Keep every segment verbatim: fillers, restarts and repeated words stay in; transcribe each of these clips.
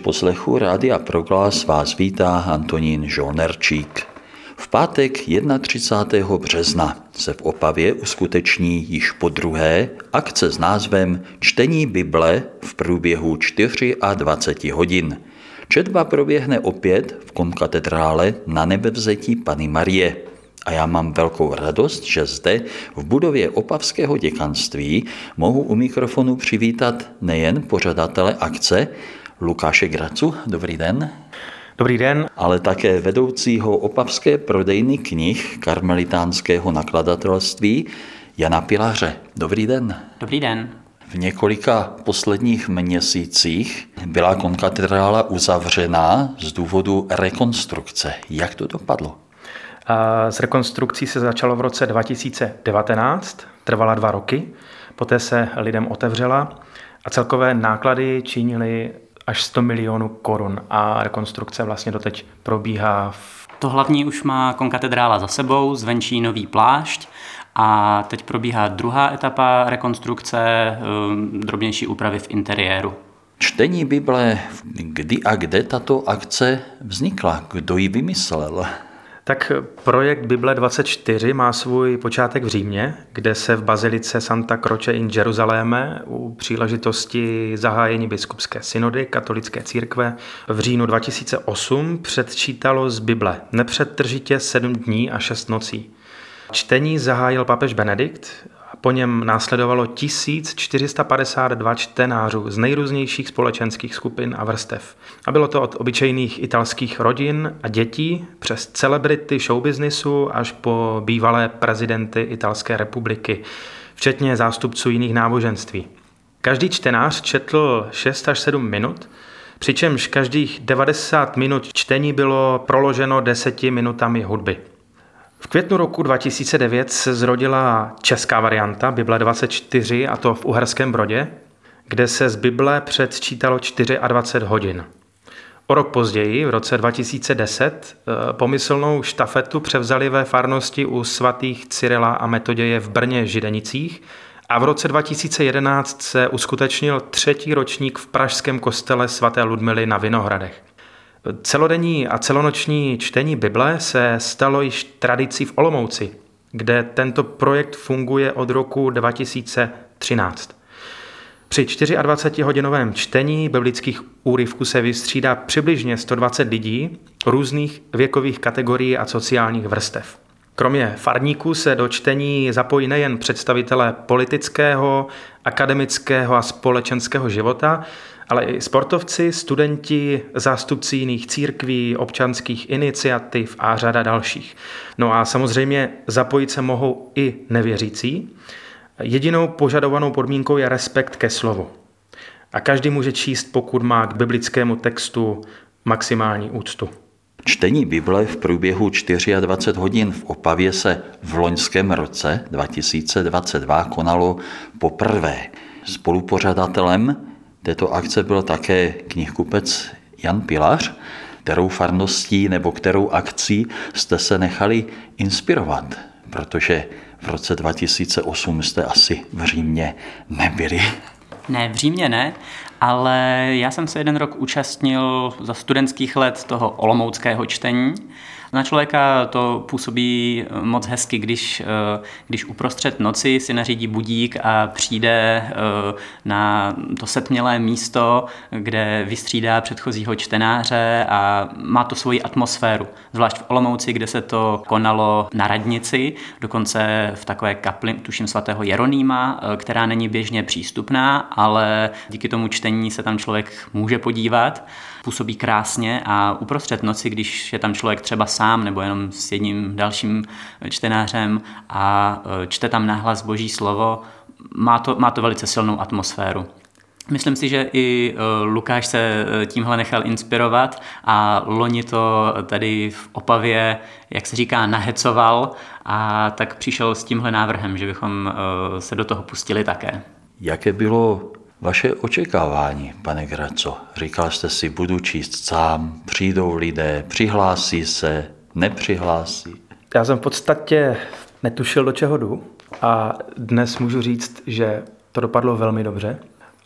poslechu Rádia Proglas vás vítá Antonín Žolnerčík. V pátek třicátého prvního března se v Opavě uskuteční již podruhé akce s názvem Čtení Bible v průběhu dvacet čtyři hodin. Četba proběhne opět v konkatedrále Na Nebevzetí Panny Marie. A já mám velkou radost, že zde v budově opavského děkanství mohu u mikrofonu přivítat nejen pořadatele akce Lukáše Gracu, dobrý den. Dobrý den. Ale také vedoucího opavské prodejny knih karmelitánského nakladatelství Jana Pilaře. Dobrý den. Dobrý den. V několika posledních měsících byla konkatedrála uzavřená z důvodu rekonstrukce. Jak to dopadlo? S rekonstrukcí se začalo v roce dva tisíce devatenáct, trvala dva roky, poté se lidem otevřela a celkové náklady činily až sto milionů korun a rekonstrukce vlastně doteď probíhá. V... To hlavní už má konkatedrála za sebou, zvenčí nový plášť a teď probíhá druhá etapa rekonstrukce, drobnější úpravy v interiéru. Čtení Bible, kdy a kde tato akce vznikla? Kdo ji vymyslel? Tak projekt Bible dvacet čtyři má svůj počátek v Římě, kde se v bazilice Santa Croce in Jeruzaléme u příležitosti zahájení biskupské synody katolické církve v říjnu dva tisíce osm předčítalo z Bible nepřetržitě sedm dní a šest nocí. Čtení zahájil papež Benedikt, po něm následovalo tisíc čtyři sta padesát dva čtenářů z nejrůznějších společenských skupin a vrstev. A bylo to od obyčejných italských rodin a dětí přes celebrity showbiznisu až po bývalé prezidenty Italské republiky, včetně zástupců jiných náboženství. Každý čtenář četl šest až sedm minut, přičemž každých devadesát minut čtení bylo proloženo deseti minutami hudby. V květnu roku dva tisíce devět se zrodila česká varianta Bible dvacet čtyři, a to v Uherském Brodě, kde se z Bible předčítalo dvacet čtyři hodin. O rok později, v roce dva tisíce deset, pomyslnou štafetu převzali ve farnosti u svatých Cyrila a Metoděje v Brně Židenicích a v roce dva tisíce jedenáct se uskutečnil třetí ročník v pražském kostele svaté Ludmily na Vinohradech. Celodenní a celonoční čtení Bible se stalo již tradicí v Olomouci, kde tento projekt funguje od roku dva tisíce třináct. Při dvacetčtyřhodinovém čtení biblických úryvků se vystřídá přibližně sto dvacet lidí různých věkových kategorií a sociálních vrstev. Kromě farníků se do čtení zapojí nejen představitelé politického, akademického a společenského života, ale i sportovci, studenti, zástupci jiných církví, občanských iniciativ a řada dalších. No a samozřejmě zapojit se mohou i nevěřící. Jedinou požadovanou podmínkou je respekt ke slovu. A každý může číst, pokud má k biblickému textu maximální úctu. Čtení Bible v průběhu dvacet čtyři hodin v Opavě se v loňském roce dva tisíce dvacet dva konalo poprvé. Spolupořadatelem této akce byl také knihkupec Jan Pilař. Kterou farností nebo kterou akcí jste se nechali inspirovat? Protože v roce dva tisíce osm jste asi v Římě nebyli. Ne, v Římě ne, ale já jsem se jeden rok účastnil za studentských let toho olomouckého čtení. Na člověka to působí moc hezky, když, když uprostřed noci si nařídí budík a přijde na to setmělé místo, kde vystřídá předchozího čtenáře a má to svoji atmosféru. Zvlášť v Olomouci, kde se to konalo na radnici, dokonce v takové kapli, tuším svatého Jeronýma, která není běžně přístupná, ale díky tomu čtení se tam člověk může podívat. Působí krásně a uprostřed noci, když je tam člověk třeba sám nebo jenom s jedním dalším čtenářem a čte tam nahlas Boží slovo, má to, má to velice silnou atmosféru. Myslím si, že i Lukáš se tímhle nechal inspirovat a loni to tady v Opavě, jak se říká, nahecoval a tak přišel s tímhle návrhem, že bychom se do toho pustili také. Jaké bylo vaše očekávání, pane Graco? Říkal jste si, budu číst sám, přijdou lidé, přihlásí se, nepřihlásí. Já jsem v podstatě netušil, do čeho jdu a dnes můžu říct, že to dopadlo velmi dobře.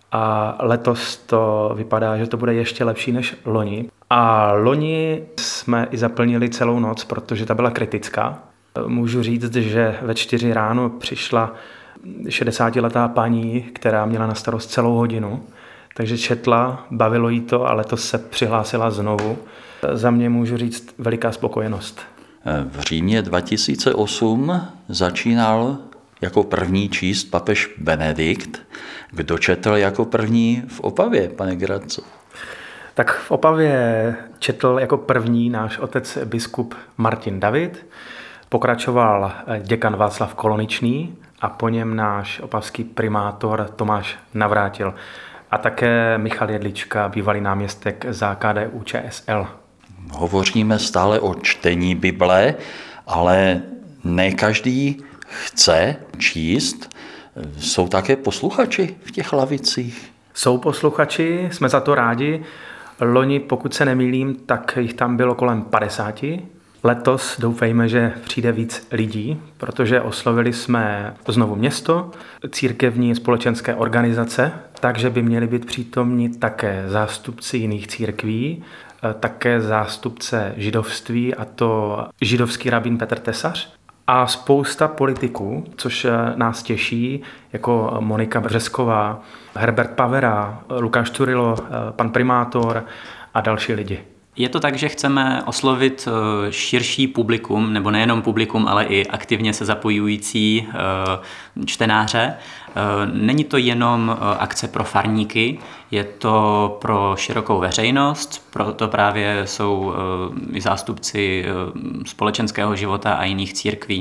a letos to vypadá, že to bude ještě lepší než loni. A loni jsme i zaplnili celou noc, protože ta byla kritická. Můžu říct, že ve čtyři ráno přišla šedesátiletá paní, která měla na starost celou hodinu, takže četla, bavilo jí to a letos se přihlásila znovu. Za mě můžu říct veliká spokojenost. V Římě dva tisíce osm začínal jako první číst papež Benedikt. Kdo četl jako první v Opavě, pane Graco? Tak v Opavě četl jako první náš otec biskup Martin David, pokračoval děkan Václav Koloničný a po něm náš opavský primátor Tomáš Navrátil a také Michal Jedlička, bývalý náměstek za K D U Č S L. Hovoříme stále o čtení Bible, ale ne každý chce číst. Jsou také posluchači v těch lavicích? Jsou posluchači, jsme za to rádi. Loni, pokud se nemýlím, tak jich tam bylo kolem padesáti. Letos doufejme, že přijde víc lidí, protože oslovili jsme znovu město, církevní společenské organizace, takže by měli být přítomni také zástupci jiných církví, také zástupce židovství, a to židovský rabín Petr Tesař, a spousta politiků, což nás těší, jako Monika Břesková, Herbert Pavera, Lukáš Turilo, pan primátor a další lidi. Je to tak, že chceme oslovit širší publikum, nebo nejenom publikum, ale i aktivně se zapojující čtenáře. Není to jenom akce pro farníky, je to pro širokou veřejnost, proto právě jsou i zástupci společenského života a jiných církví.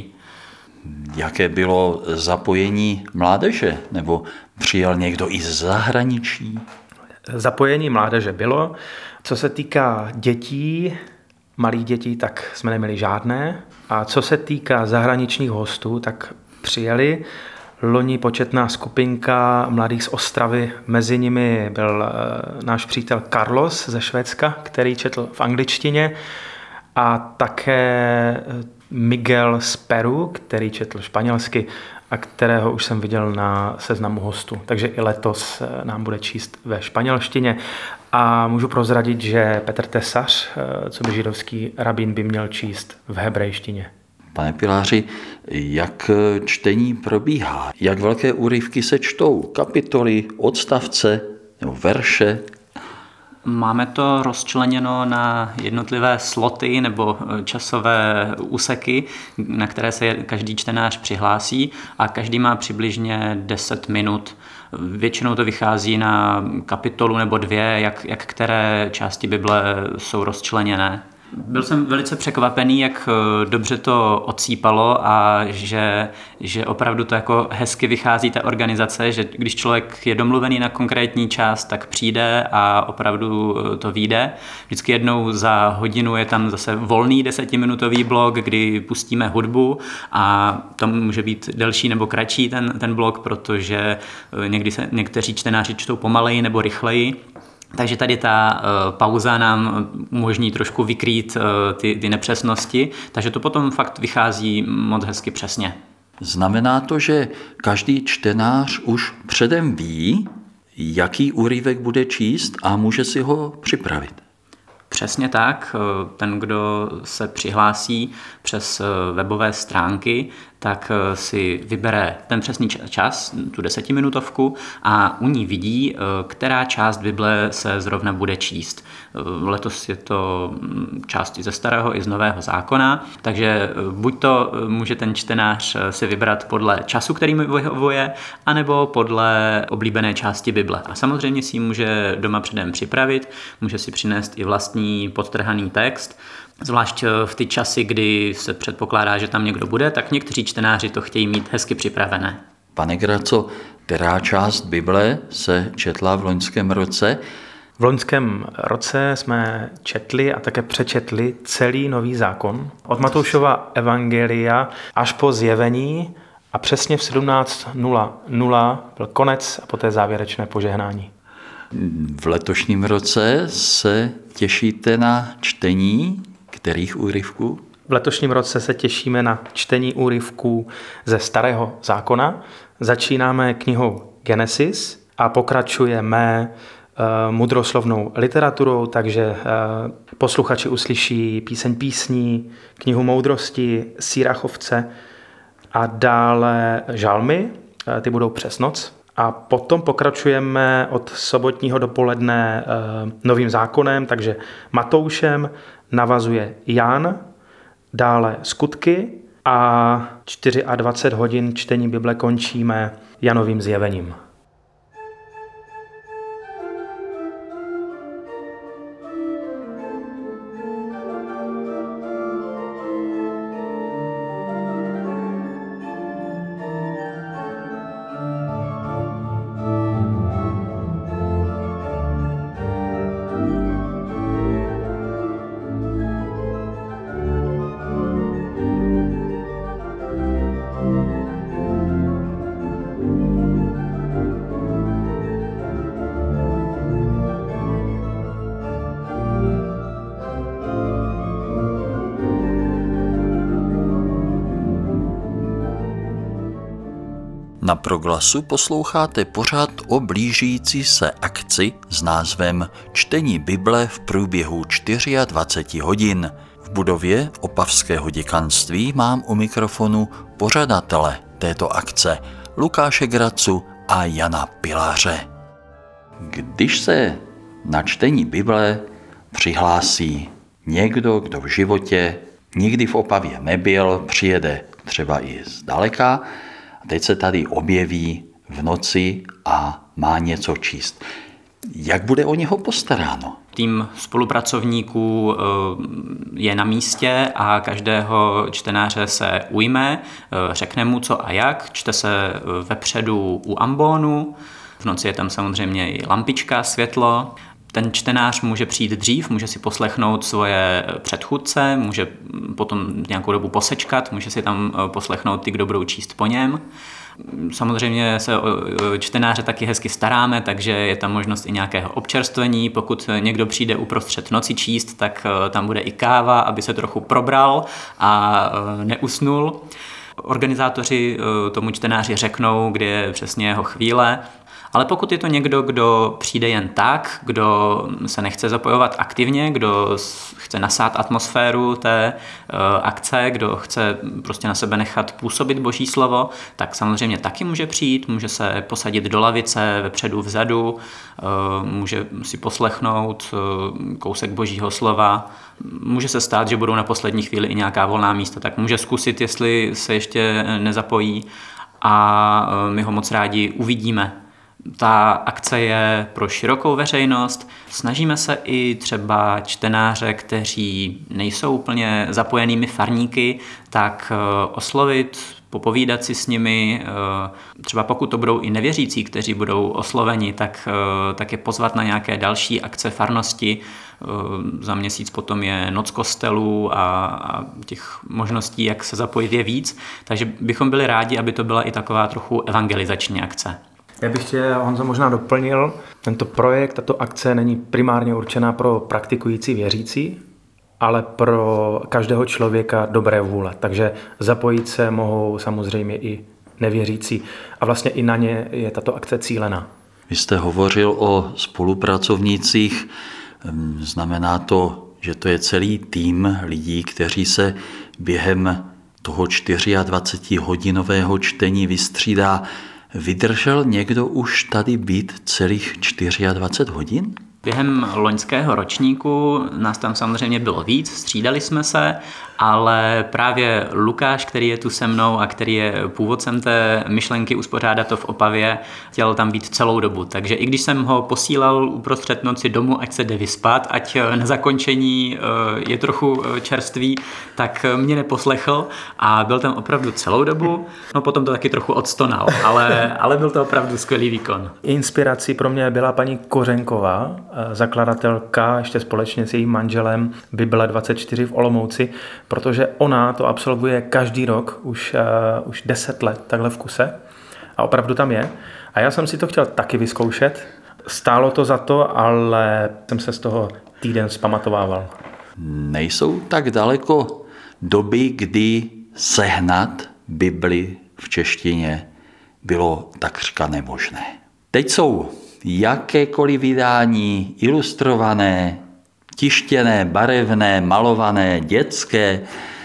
Jaké bylo zapojení mládeže? Nebo přijel někdo i z zahraničí? Zapojení mládeže bylo. Co se týká dětí, malých dětí, tak jsme neměli žádné. A co se týká zahraničních hostů, tak přijeli. Loni početná skupinka mladých z Ostravy, mezi nimi byl náš přítel Carlos ze Švédska, který četl v angličtině, a také Miguel z Peru, který četl španělsky a kterého už jsem viděl na seznamu hostů. Takže i letos nám bude číst ve španělštině. A můžu prozradit, že Petr Tesař, co by židovský rabín, by měl číst v hebrejštině. Pane Piláři, jak čtení probíhá? Jak velké úryvky se čtou? Kapitoly, odstavce nebo verše? Máme to rozčleněno na jednotlivé sloty nebo časové úseky, na které se každý čtenář přihlásí, a každý má přibližně deset minut. Většinou to vychází na kapitolu nebo dvě, jak, jak které části Bible jsou rozčleněné. Byl jsem velice překvapený, jak dobře to odsýpalo a že, že opravdu to jako hezky vychází ta organizace, že když člověk je domluvený na konkrétní část, tak přijde a opravdu to vyjde. Vždycky jednou za hodinu je tam zase volný desetiminutový blok, kdy pustíme hudbu, a to může být delší nebo kratší ten, ten blok, protože někdy se někteří čtenáři čtou pomaleji nebo rychleji. Takže tady ta uh, pauza nám umožní trošku vykrýt uh, ty, ty nepřesnosti, takže to potom fakt vychází moc hezky přesně. Znamená to, že každý čtenář už předem ví, jaký úryvek bude číst a může si ho připravit? Přesně tak. Ten, kdo se přihlásí přes webové stránky, tak si vybere ten přesný čas, tu desetiminutovku, a u ní vidí, která část Bible se zrovna bude číst. Letos je to část i ze starého, i z nového zákona, takže buď to může ten čtenář si vybrat podle času, který mu vyhovuje, anebo podle oblíbené části Bible. A samozřejmě si ji může doma předem připravit, může si přinést i vlastní podtrhaný text. Zvlášť v ty časy, kdy se předpokládá, že tam někdo bude, tak někteří čtenáři to chtějí mít hezky připravené. Pane Graco, která část Bible se četla v loňském roce? V loňském roce jsme četli a také přečetli celý Nový zákon. Od Matoušova evangelia až po Zjevení, a přesně v sedmnáct nula nula byl konec a poté závěrečné požehnání. V letošním roce se těšíte na čtení kterých úryvků? V letošním roce se těšíme na čtení úryvků ze Starého zákona. Začínáme knihou Genesis a pokračujeme mudroslovnou literaturou, takže posluchači uslyší píseň písní, knihu moudrosti, Sýrachovce a dále žalmy, ty budou přes noc. A potom pokračujeme od sobotního dopoledne novým zákonem, takže Matoušem, navazuje Jan, dále skutky a dvacet čtyři hodin čtení Bible končíme Janovým zjevením. Na Proglasu posloucháte pořad o blížící se akci s názvem Čtení Bible v průběhu dvacet čtyři hodin. V budově Opavského děkanství mám u mikrofonu pořadatele této akce Lukáše Gracu a Jana Piláře. Když se na čtení Bible přihlásí někdo, kdo v životě nikdy v Opavě nebyl, přijede třeba i zdaleka, teď se tady objeví v noci a má něco číst. Jak bude o něho postaráno? Tým spolupracovníků je na místě a každého čtenáře se ujme, řekne mu co a jak, čte se vepředu u ambónu, v noci je tam samozřejmě i lampička, světlo. Ten čtenář může přijít dřív, může si poslechnout svoje předchůdce, může potom nějakou dobu posečkat, může si tam poslechnout ty, kdo budou číst po něm. Samozřejmě se o čtenáře taky hezky staráme, takže je tam možnost i nějakého občerstvení. Pokud někdo přijde uprostřed noci číst, tak tam bude i káva, aby se trochu probral a neusnul. Organizátoři tomu čtenáři řeknou, kdy je přesně jeho chvíle. Ale pokud je to někdo, kdo přijde jen tak, kdo se nechce zapojovat aktivně, kdo chce nasát atmosféru té uh, akce, kdo chce prostě na sebe nechat působit Boží slovo, tak samozřejmě taky může přijít, může se posadit do lavice vepředu, vzadu, uh, může si poslechnout uh, kousek Božího slova. Může se stát, že budou na poslední chvíli i nějaká volná místa, tak může zkusit, jestli se ještě nezapojí a uh, my ho moc rádi uvidíme. Ta akce je pro širokou veřejnost. Snažíme se i třeba čtenáře, kteří nejsou úplně zapojenými farníky, tak oslovit, popovídat si s nimi. Třeba pokud to budou i nevěřící, kteří budou osloveni, tak, tak je pozvat na nějaké další akce farnosti. Za měsíc potom je noc kostelů a, a těch možností, jak se zapojit, je víc. Takže bychom byli rádi, aby to byla i taková trochu evangelizační akce. Já bych tě, Honzo, možná doplnil. Tento projekt, tato akce není primárně určená pro praktikující věřící, ale pro každého člověka dobré vůle. Takže zapojit se mohou samozřejmě i nevěřící. A vlastně i na ně je tato akce cílená. Vy jste hovořil o spolupracovnících. Znamená to, že to je celý tým lidí, kteří se během toho dvacetčtyřhodinového čtení vystřídá. Vydržel někdo už tady být celých dvacet čtyři hodin? Během loňského ročníku nás tam samozřejmě bylo víc, střídali jsme se, ale právě Lukáš, který je tu se mnou a který je původcem té myšlenky uspořádat to v Opavě, chtěl tam být celou dobu. Takže i když jsem ho posílal uprostřed noci domů, ať se jde vyspat, ať na zakončení je trochu čerstvý, tak mě neposlechl a byl tam opravdu celou dobu. No potom to taky trochu odstonal, ale, ale byl to opravdu skvělý výkon. Inspirací pro mě byla paní Kořenková, zakladatelka ještě společně s jejím manželem Bible dvacet čtyři v Olomouci, protože ona to absolvuje každý rok, už, uh, už deset let takhle v kuse a opravdu tam je. A já jsem si to chtěl taky vyzkoušet. Stálo to za to, ale jsem se z toho týden zpamatovával. Nejsou tak daleko doby, kdy sehnat Bibli v češtině bylo takřka nemožné. Teď jsou jakékoliv vydání, ilustrované, tištěné, barevné, malované, dětské.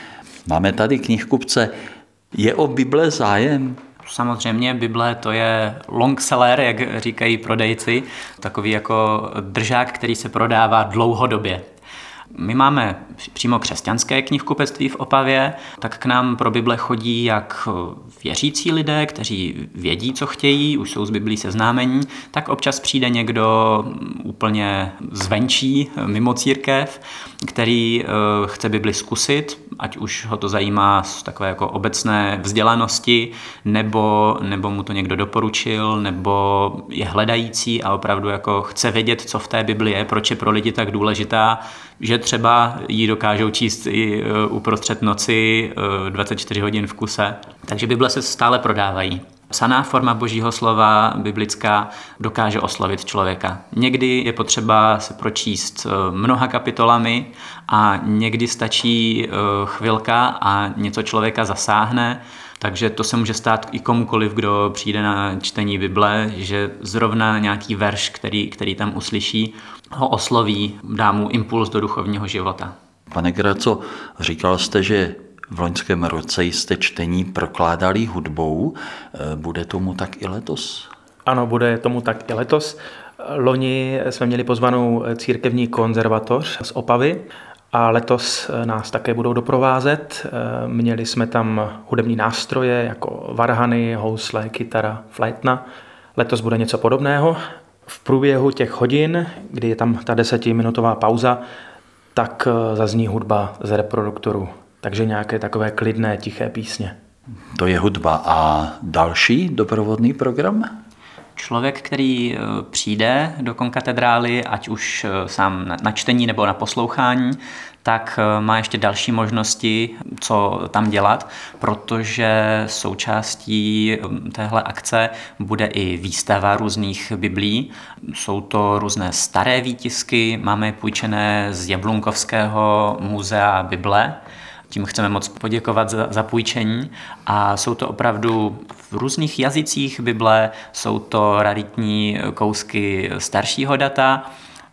Máme tady knihkupce. Je o Bible zájem? Samozřejmě Bible to je long seller, jak říkají prodejci, takový jako držák, který se prodává dlouhodobě. My máme přímo křesťanské knihkupectví v Opavě, tak k nám pro Bible chodí jak věřící lidé, kteří vědí, co chtějí, už jsou s Biblí seznámení, tak občas přijde někdo úplně zvenčí, mimo církev, který chce Bibli zkusit, ať už ho to zajímá z takové jako obecné vzdělanosti, nebo, nebo mu to někdo doporučil, nebo je hledající a opravdu jako chce vědět, co v té Bibli je, proč je pro lidi tak důležitá, že třeba ji dokážou číst i uprostřed noci dvacet čtyři hodin v kuse. Takže Bible se stále prodávají. Psaná forma Božího slova, biblická, dokáže oslovit člověka. Někdy je potřeba se pročíst mnoha kapitolami a někdy stačí chvilka a něco člověka zasáhne. Takže to se může stát i komukoliv, kdo přijde na čtení Bible, že zrovna nějaký verš, který, který tam uslyší, ho osloví, dá mu impuls do duchovního života. Pane Graco, říkal jste, že v loňském roce jste čtení prokládali hudbou. Bude tomu tak i letos? Ano, bude tomu tak i letos. Loni jsme měli pozvanou církevní konzervatoř z Opavy a letos nás také budou doprovázet. Měli jsme tam hudební nástroje jako varhany, housle, kytara, flétna. Letos bude něco podobného. V průběhu těch hodin, kdy je tam ta desetiminutová pauza, tak zazní hudba z reproduktoru. Takže nějaké takové klidné, tiché písně. To je hudba. A další doprovodný program? Člověk, který přijde do konkatedrály, ať už sám na čtení nebo na poslouchání, tak má ještě další možnosti, co tam dělat, protože součástí téhle akce bude i výstava různých biblí. Jsou to různé staré výtisky, máme je půjčené z Jablunkovského muzea Bible. Tím chceme moc poděkovat za, za půjčení a jsou to opravdu v různých jazycích Bible, jsou to raritní kousky staršího data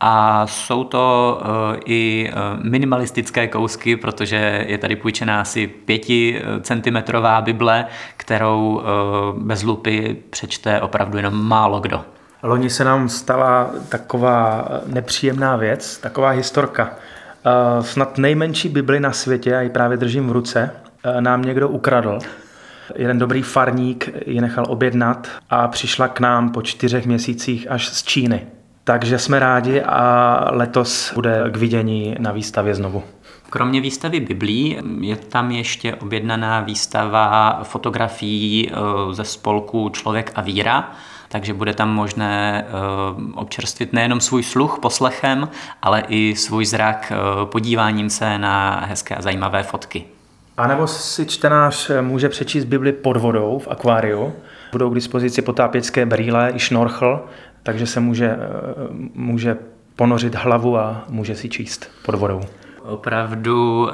a jsou to uh, i minimalistické kousky, protože je tady půjčená asi pěticentimetrová Bible, kterou uh, bez lupy přečte opravdu jenom málo kdo. Loni se nám stala taková nepříjemná věc, taková historka. Uh, snad nejmenší Bibli na světě, a ji právě držím v ruce, uh, nám někdo ukradl. Jeden dobrý farník ji nechal objednat a přišla k nám po čtyřech měsících až z Číny. Takže jsme rádi a letos bude k vidění na výstavě znovu. Kromě výstavy biblí je tam ještě objednaná výstava fotografií ze spolku Člověk a víra, takže bude tam možné občerstvit nejenom svůj sluch poslechem, ale i svůj zrak podíváním se na hezké a zajímavé fotky. A nebo si čtenář může přečíst Bibli pod vodou v akváriu. Budou k dispozici potápěčské brýle i šnorchl, takže se může, může ponořit hlavu a může si číst pod vodou. Opravdu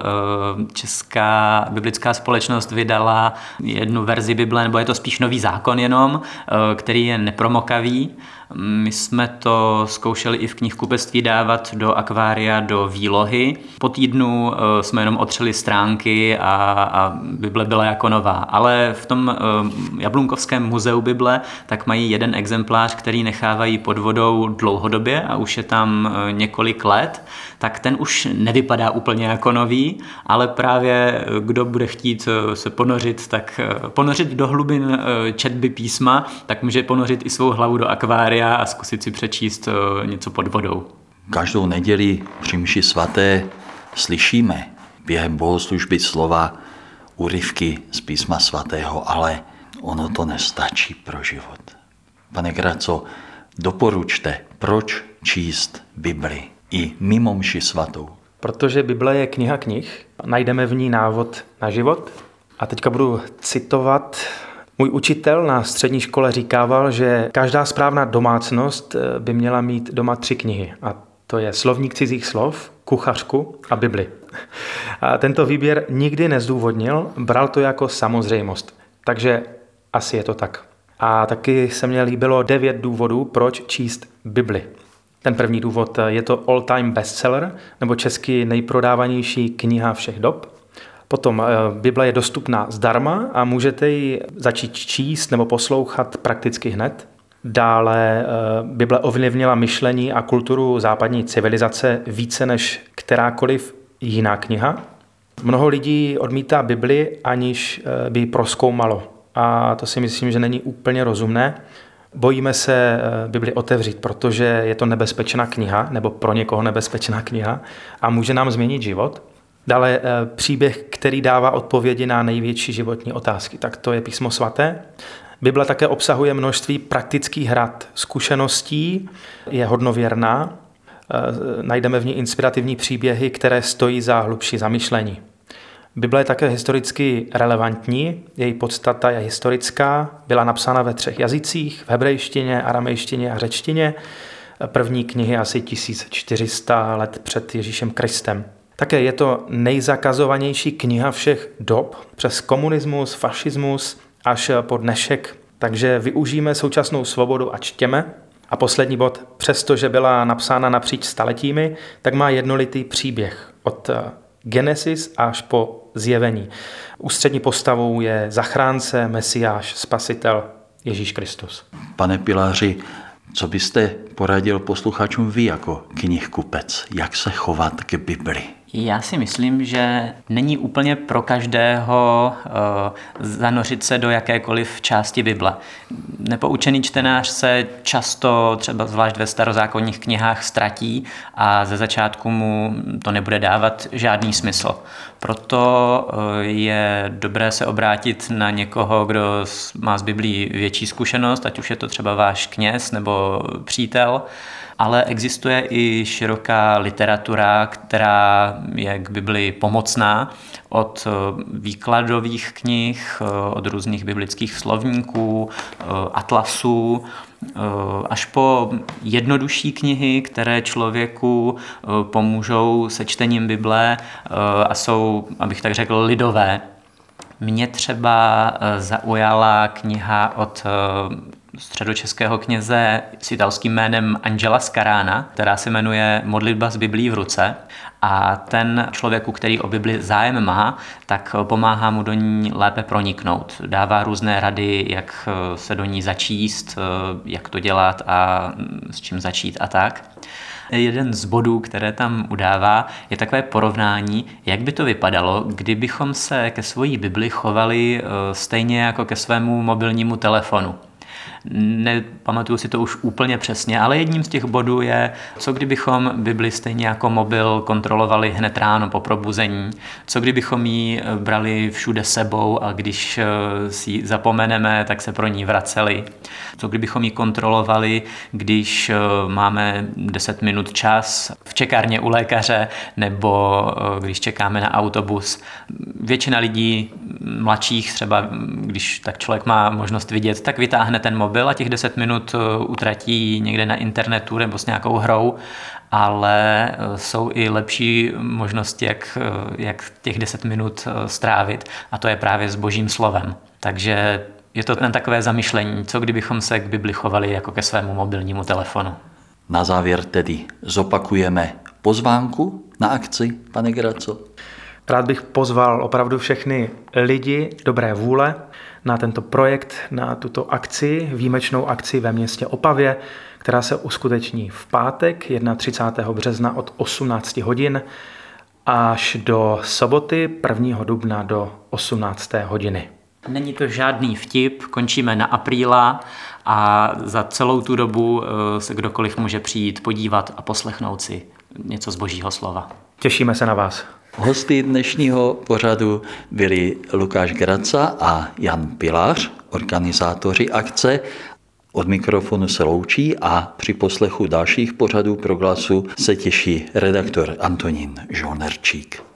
Česká biblická společnost vydala jednu verzi Bible, nebo je to spíš Nový zákon jenom, který je nepromokavý. My jsme to zkoušeli i v knihkupectví dávat do akvária, do výlohy. Po týdnu jsme jenom otřeli stránky a, a Bible byla jako nová. Ale v tom Jablunkovském muzeu Bible tak mají jeden exemplář, který nechávají pod vodou dlouhodobě a už je tam několik let, tak ten už nevypadá úplně jako nový, ale právě kdo bude chtít se ponořit, tak ponořit do hlubin četby písma, tak může ponořit i svou hlavu do akvária a zkusit si přečíst něco pod vodou. Každou neděli při mši svaté slyšíme během bohoslužby slova úryvky z písma svatého, ale ono to nestačí pro život. Pane Graco, doporučte, proč číst Bibli i mimo mši svatou. Protože Bible je kniha knih, najdeme v ní návod na život. A teďka budu citovat. Můj učitel na střední škole říkával, že každá správná domácnost by měla mít doma tři knihy. A to je slovník cizích slov, kuchařku a Bibli. A tento výběr nikdy nezdůvodnil, bral to jako samozřejmost. Takže asi je to tak. A taky se mně líbilo devět důvodů, proč číst Bibli. Ten první důvod je to all-time bestseller, nebo česky nejprodávanější kniha všech dob. Potom Bible je dostupná zdarma a můžete ji začít číst nebo poslouchat prakticky hned. Dále Bible ovlivnila myšlení a kulturu západní civilizace více než kterákoliv jiná kniha. Mnoho lidí odmítá Bibli, aniž by ji prozkoumalo. A to si myslím, že není úplně rozumné. Bojíme se Bibli otevřít, protože je to nebezpečná kniha, nebo pro někoho nebezpečná kniha a může nám změnit život. Dále příběh, který dává odpovědi na největší životní otázky, tak to je Písmo svaté. Bible také obsahuje množství praktických rad, zkušeností, je hodnověrná. Najdeme v ní inspirativní příběhy, které stojí za hlubší zamyšlení. Bible je také historicky relevantní, její podstata je historická, byla napsána ve třech jazycích, v hebrejštině, aramejštině a řečtině. První knihy asi tisíc čtyři sta let před Ježíšem Kristem. Také je to nejzakazovanější kniha všech dob, přes komunismus, fašismus až po dnešek. Takže využijeme současnou svobodu a čtěme. A poslední bod, přestože byla napsána napříč staletími, tak má jednolitý příběh od Genesis až po Zjevení. Ústřední postavou je zachránce, mesiáš, spasitel Ježíš Kristus. Pane Piláři, co byste poradil posluchačům vy jako knihkupec? Jak se chovat k Bibli? Já si myslím, že není úplně pro každého uh, zanořit se do jakékoliv části Bible. Nepoučený čtenář se často, třeba zvlášť ve starozákonních knihách, ztratí a ze začátku mu to nebude dávat žádný smysl. Proto uh, je dobré se obrátit na někoho, kdo má z Biblí větší zkušenost, ať už je to třeba váš kněz nebo přítel, ale existuje i široká literatura, která je k Bibli pomocná, od výkladových knih, od různých biblických slovníků, atlasů, až po jednodušší knihy, které člověku pomůžou se čtením Bible a jsou, abych tak řekl, lidové. Mě třeba zaujala kniha od středočeského kněze s italským jménem Angela Scarana, která se jmenuje Modlitba s Biblí v ruce. A ten člověku, který o Bibli zájem má, tak pomáhá mu do ní lépe proniknout. Dává různé rady, jak se do ní začíst, jak to dělat a s čím začít a tak. Jeden z bodů, které tam udává, je takové porovnání, jak by to vypadalo, kdybychom se ke svojí Bibli chovali stejně jako ke svému mobilnímu telefonu. Nepamatuju si to už úplně přesně, ale jedním z těch bodů je, co kdybychom Bibli stejně jako mobil kontrolovali hned ráno po probuzení, co kdybychom ji brali všude sebou a když si ji zapomeneme, tak se pro ní vraceli, co kdybychom ji kontrolovali, když máme deset minut čas v čekárně u lékaře nebo když čekáme na autobus. Většina lidí mladších, třeba když tak člověk má možnost vidět, tak vytáhne ten mobil a těch deset minut utratí někde na internetu nebo s nějakou hrou, ale jsou i lepší možnosti, jak, jak těch deset minut strávit, a to je právě s Božím slovem. Takže je to ten takové zamyšlení, co kdybychom se k Bibli chovali jako ke svému mobilnímu telefonu. Na závěr tedy zopakujeme pozvánku na akci, pane Graco. Rád bych pozval opravdu všechny lidi dobré vůle na tento projekt, na tuto akci, výjimečnou akci ve městě Opavě, která se uskuteční v pátek třicátého prvního března od osmnácti hodin až do soboty prvního dubna do osmnácté hodiny. Není to žádný vtip, končíme na apríla a za celou tu dobu se kdokoliv může přijít podívat a poslechnout si něco z Božího slova. Těšíme se na vás. Hosty dnešního pořadu byli Lukáš Graca a Jan Pilář, organizátoři akce. Od mikrofonu se loučí a při poslechu dalších pořadů Proglasu se těší redaktor Antonín Žolnerčík.